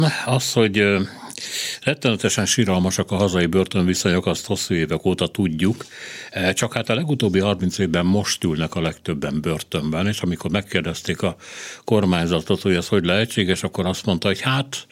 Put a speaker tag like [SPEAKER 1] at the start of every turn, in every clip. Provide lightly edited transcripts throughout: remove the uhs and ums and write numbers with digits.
[SPEAKER 1] Az, hogy rettenetesen siralmasak a hazai börtönviszonyok, azt hosszú évek óta tudjuk, csak hát a legutóbbi 30 évben most ülnek a legtöbben börtönben, és amikor megkérdezték a kormányzatot, hogy ez hogy lehetséges, akkor azt mondta, hogy hát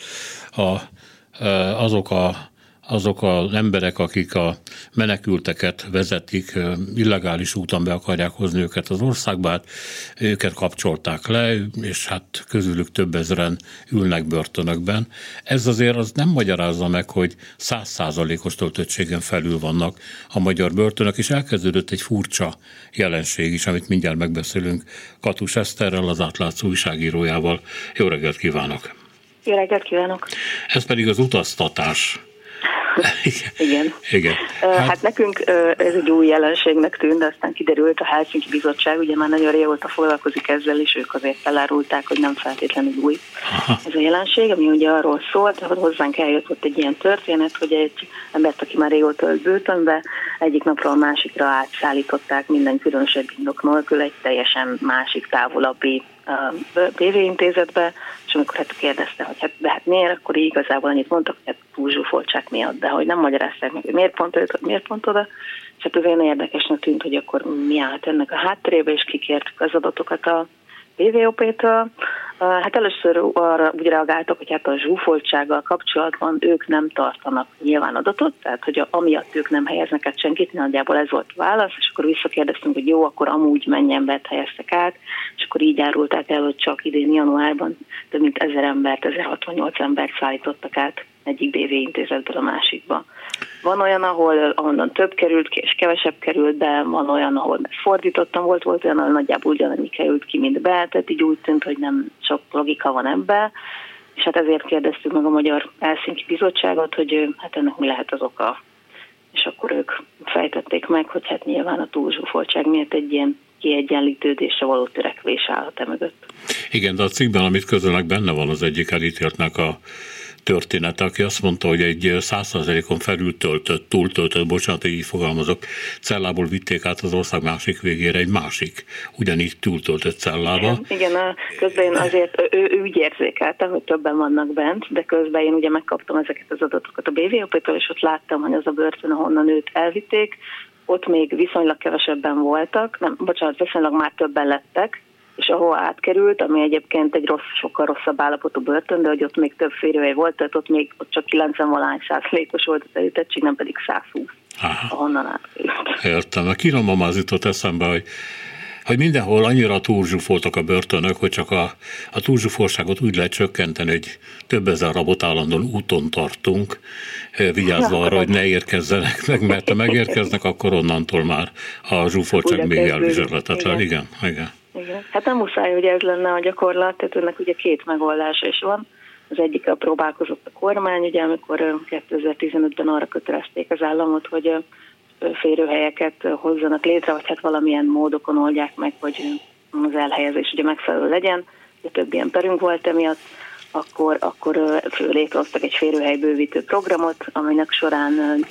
[SPEAKER 1] azok az emberek, akik a menekülteket vezetik, illegális úton be akarják hozni őket az országba, hát őket kapcsolták le, és hát közülük több ezeren ülnek börtönökben. Ez azért az nem magyarázza meg, hogy 100%-os töltöttségen felül vannak a magyar börtönök, és elkezdődött egy furcsa jelenség is, amit mindjárt megbeszélünk Katus Eszterrel, az Átlátszó újságírójával. Jó reggelt kívánok!
[SPEAKER 2] Jó reggelt kívánok!
[SPEAKER 1] Ez pedig az utaztatás.
[SPEAKER 2] Igen. Hát nekünk ez egy új jelenségnek tűnt, de aztán kiderült, a Helsinki Bizottság ugye már nagyon régóta foglalkozik ezzel, és ők azért elárulták, hogy nem feltétlenül új ez a jelenség, ami ugye arról szólt, hogy hozzánk eljött ott egy ilyen történet, hogy egy embert, aki már régóta ölt börtönbe, egyik napról a másikra átszállították minden különösebb indok nélkül egy teljesen másik, távolabbi PV intézetbe, és amikor hát kérdezte, hogy hát miért, akkor igazából annyit mondtak, hogy hát túlzsúfoltság miatt, de hogy nem magyarázták meg, hogy miért pont őt, hogy miért pont oda, és hát azért érdekesnek tűnt, hogy akkor mi állt ennek a hátterébe, és kikértük az adatokat a PVOP-től. Hát először arra úgy reagáltak, hogy hát a zsúfoltsággal kapcsolatban ők nem tartanak nyilván adatot, tehát hogy amiatt ők nem helyeznek át senkit, nagyjából ez volt a válasz, és akkor visszakérdeztünk, hogy jó, akkor amúgy mennyi embert helyeztek át, és akkor így árulták el, hogy csak idén januárban több mint 1000 embert, 1068 embert szállítottak át egyik BV intézetből a másikba. Van olyan, ahonnan több került ki, és kevesebb került be, van olyan, ahol fordítottam, volt olyan, ahol nagyjából ugyanannyi került ki, mint be, tehát így úgy tűnt, hogy nem sok logika van ebben, és hát ezért kérdeztük meg a Magyar Helsinki Bizottságot, hogy hát ennek mi lehet az oka. És akkor ők fejtették meg, hogy hát nyilván a túlzsúfoltság miatt egy ilyen kiegyenlítődésre való törekvés állhat mögött.
[SPEAKER 1] Igen, de a cikkben, amit közölnek, benne van az egyik elítéltnek a történet, aki azt mondta, hogy egy 100%-on felül túltöltött, bocsánat, így fogalmazok, cellából vitték át az ország másik végére egy másik, ugyanígy túltöltött cellába.
[SPEAKER 2] Igen, közben én azért ő úgy érzékelte, hogy többen vannak bent, de közben én ugye megkaptam ezeket az adatokat a BVOP-től, és ott láttam, hogy az a börtön, ahonnan őt elvitték, ott még viszonylag kevesebben voltak, viszonylag már többen lettek, és ahol átkerült, ami egyébként egy sokkal rosszabb állapotú börtön, de hogy ott még több férőhely volt, tehát ott csak 90% volt a telítettség, nem pedig 120, ahonnan átkerült.
[SPEAKER 1] Értem, a kínomban az jutott eszembe, hogy mindenhol annyira túlzsúfoltak a börtönök, hogy csak a túlzsúfoltságot úgy lehet csökkenteni, hogy több ezer rabot állandóan úton tartunk, vigyázva arra, hogy ne érkezzenek meg, mert ha megérkeznek, akkor onnantól már a zsúfoltság még elviselhetetlen. Igen.
[SPEAKER 2] Hát nem muszáj, hogy ez lenne a gyakorlat, tehát ennek ugye két megoldása is van. Az egyikkel próbálkozott a kormány, ugye amikor 2015-ben arra kötelezték az államot, hogy férőhelyeket hozzanak létre, vagy hát valamilyen módokon oldják meg, hogy az elhelyezés ugye megfelelő legyen. De több ilyen perünk volt emiatt, akkor létrehoztak egy férőhelybővítő programot, aminek során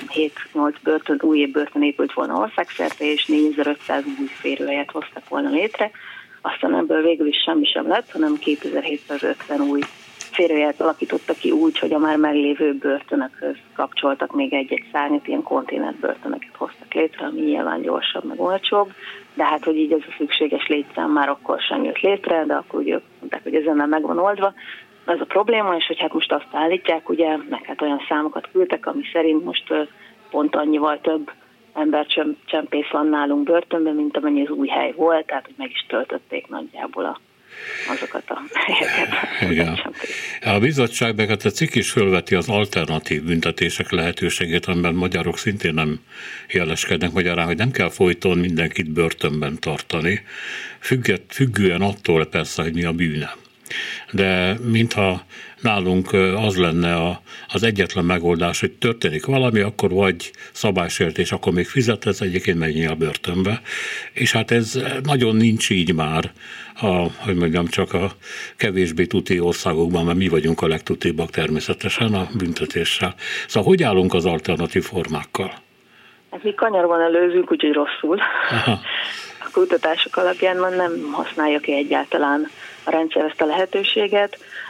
[SPEAKER 2] 7-8 új börtön épült volna országszerte, és 4500 új férőhelyet hoztak volna létre. Aztán ebből végül is semmi sem lett, hanem 2750 új férőhelyet alakítottak ki úgy, hogy a már meglévő börtönökhöz kapcsoltak még egy-egy szárnyat, ilyen konténerbörtönöket hoztak létre, ami nyilván gyorsabb, meg olcsóbb, de hát, hogy így ez a szükséges létszám már akkor sem jött létre, de akkor úgy mondták, hogy ezzel meg van oldva. Az a probléma, és hogy hát most azt állítják, ugye, meg hát olyan számokat küldtek, ami szerint most pont annyival több embercsempész van nálunk börtönben, mint amennyi az új hely volt, tehát hogy meg is töltötték nagyjából azokat a helyeket.
[SPEAKER 1] Igen. A bizottság meg hát a cikk is fölveti az alternatív büntetések lehetőségét, amiben magyarok szintén nem jeleskednek magyarán, hogy nem kell folyton mindenkit börtönben tartani, függően attól persze, hogy mi a bűne. De mintha nálunk az lenne az egyetlen megoldás, hogy történik valami, akkor vagy szabálysértés, akkor még fizetsz, egyébként menjél a börtönbe. És hát ez nagyon nincs így már, hogy mondjam, csak a kevésbé tuti országokban, mert mi vagyunk a legtutibbak természetesen a büntetéssel. Szóval hogy állunk az alternatív formákkal?
[SPEAKER 2] Hát mi kanyarban előzünk, úgyhogy rosszul. Aha. A kutatások alapján nem használja ki egyáltalán a rendszer ezt a lehetőséget.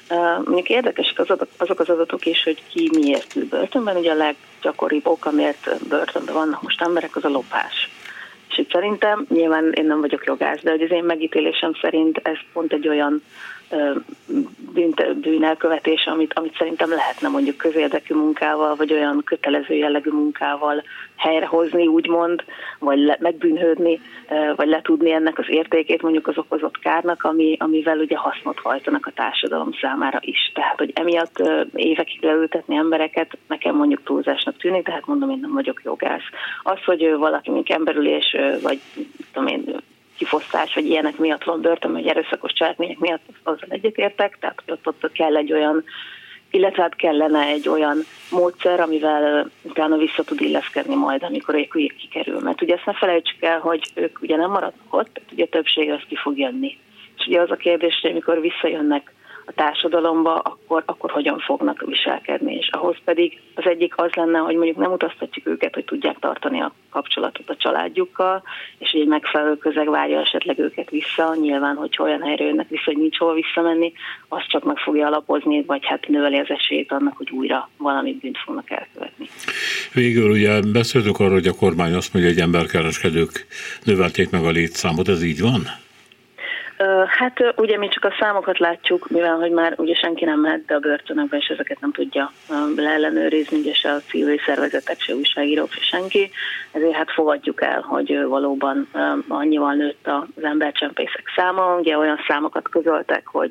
[SPEAKER 2] Mondjuk érdekesek azok az adatok is, hogy ki miért ül börtönben. Ugye a leggyakoribb ok, amiért börtönben vannak most emberek, az a lopás. És itt szerintem, nyilván én nem vagyok jogász, de az én megítélésem szerint ez pont egy olyan bűnelkövetés, amit szerintem lehetne mondjuk közérdekű munkával, vagy olyan kötelező jellegű munkával helyrehozni, úgymond, vagy megbűnhődni, vagy letudni ennek az értékét mondjuk az okozott kárnak, amivel ugye hasznot hajtanak a társadalom számára is. Tehát, hogy emiatt évekig leültetni embereket, nekem mondjuk túlzásnak tűnik, tehát mondom, én nem vagyok jogász. Az, hogy valaki mondjuk emberülés, vagy tudom én, kifosztás, vagy ilyenek miatt van börtönben, vagy erőszakos cselekmények miatt azzal egyetértek, tehát ott kell egy olyan, illetve hát kellene egy olyan módszer, amivel utána vissza tud illeszkedni majd, amikor ők kikerül. Mert ugye ezt ne felejtsük el, hogy ők ugye nem maradnak ott, tehát ugye a többség az ki fog jönni. És ugye az a kérdés, hogy amikor visszajönnek a társadalomba, akkor hogyan fognak viselkedni. És ahhoz pedig az egyik az lenne, hogy mondjuk nem utaztatjuk őket, hogy tudják tartani a kapcsolatot a családjukkal, és egy megfelelő közeg várja esetleg őket vissza. Nyilván, hogyha olyan helyre jönnek vissza, hogy nincs hova visszamenni, az csak meg fogja alapozni, vagy hát növeli az esélyt annak, hogy újra valamit bűnt fognak elkövetni.
[SPEAKER 1] Végül ugye beszéltük arról, hogy a kormány azt mondja, hogy emberkereskedők növelték meg a létszámot, ez így van?
[SPEAKER 2] Hát ugye mi csak a számokat látjuk, mivel hogy már ugye senki nem mehet be a börtönökbe, és ezeket nem tudja leellenőrizni, ugye se a civil szervezetek, se újságírók, se senki, ezért hát fogadjuk el, hogy valóban annyival nőtt az embercsempészek száma. Ugye olyan számokat közöltek, hogy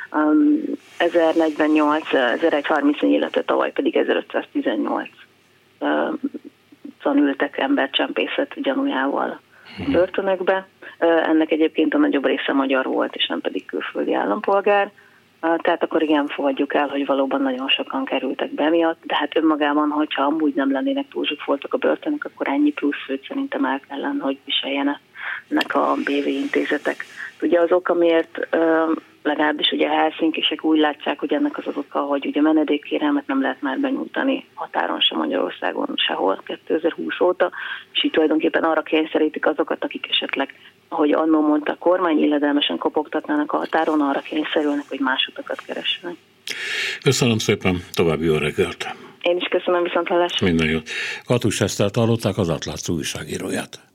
[SPEAKER 2] 1048, 1134, illetve tavaly pedig 1518 ültek embercsempészet gyanújával börtönökbe. Ennek egyébként a nagyobb része magyar volt, és nem pedig külföldi állampolgár. Tehát akkor igen, fogadjuk el, hogy valóban nagyon sokan kerültek be miatt, de hát önmagában, hogyha amúgy nem lennének túl zsúfoltak a börtönök, akkor ennyi plusz főt szerintem el kellene, hogy viseljenek a BV intézetek. Ugye az ok, amiért legalábbis ugye helsinkisek úgy látják, hogy ennek az oka, hogy ugye menedékkérelmet nem lehet már benyújtani határon sem Magyarországon sehol 2020 óta, és így tulajdonképpen arra kényszerítik azokat, akik esetleg, ahogy annó mondta a kormány, illedelmesen kopogtatnának a határon, arra kényszerülnek, hogy más utakat keressenek.
[SPEAKER 1] Köszönöm szépen, további jó reggelt!
[SPEAKER 2] Én is köszönöm, viszonthallásra!
[SPEAKER 1] Minden jót! Katus Esztert hallották, az Átlátszó újságíróját.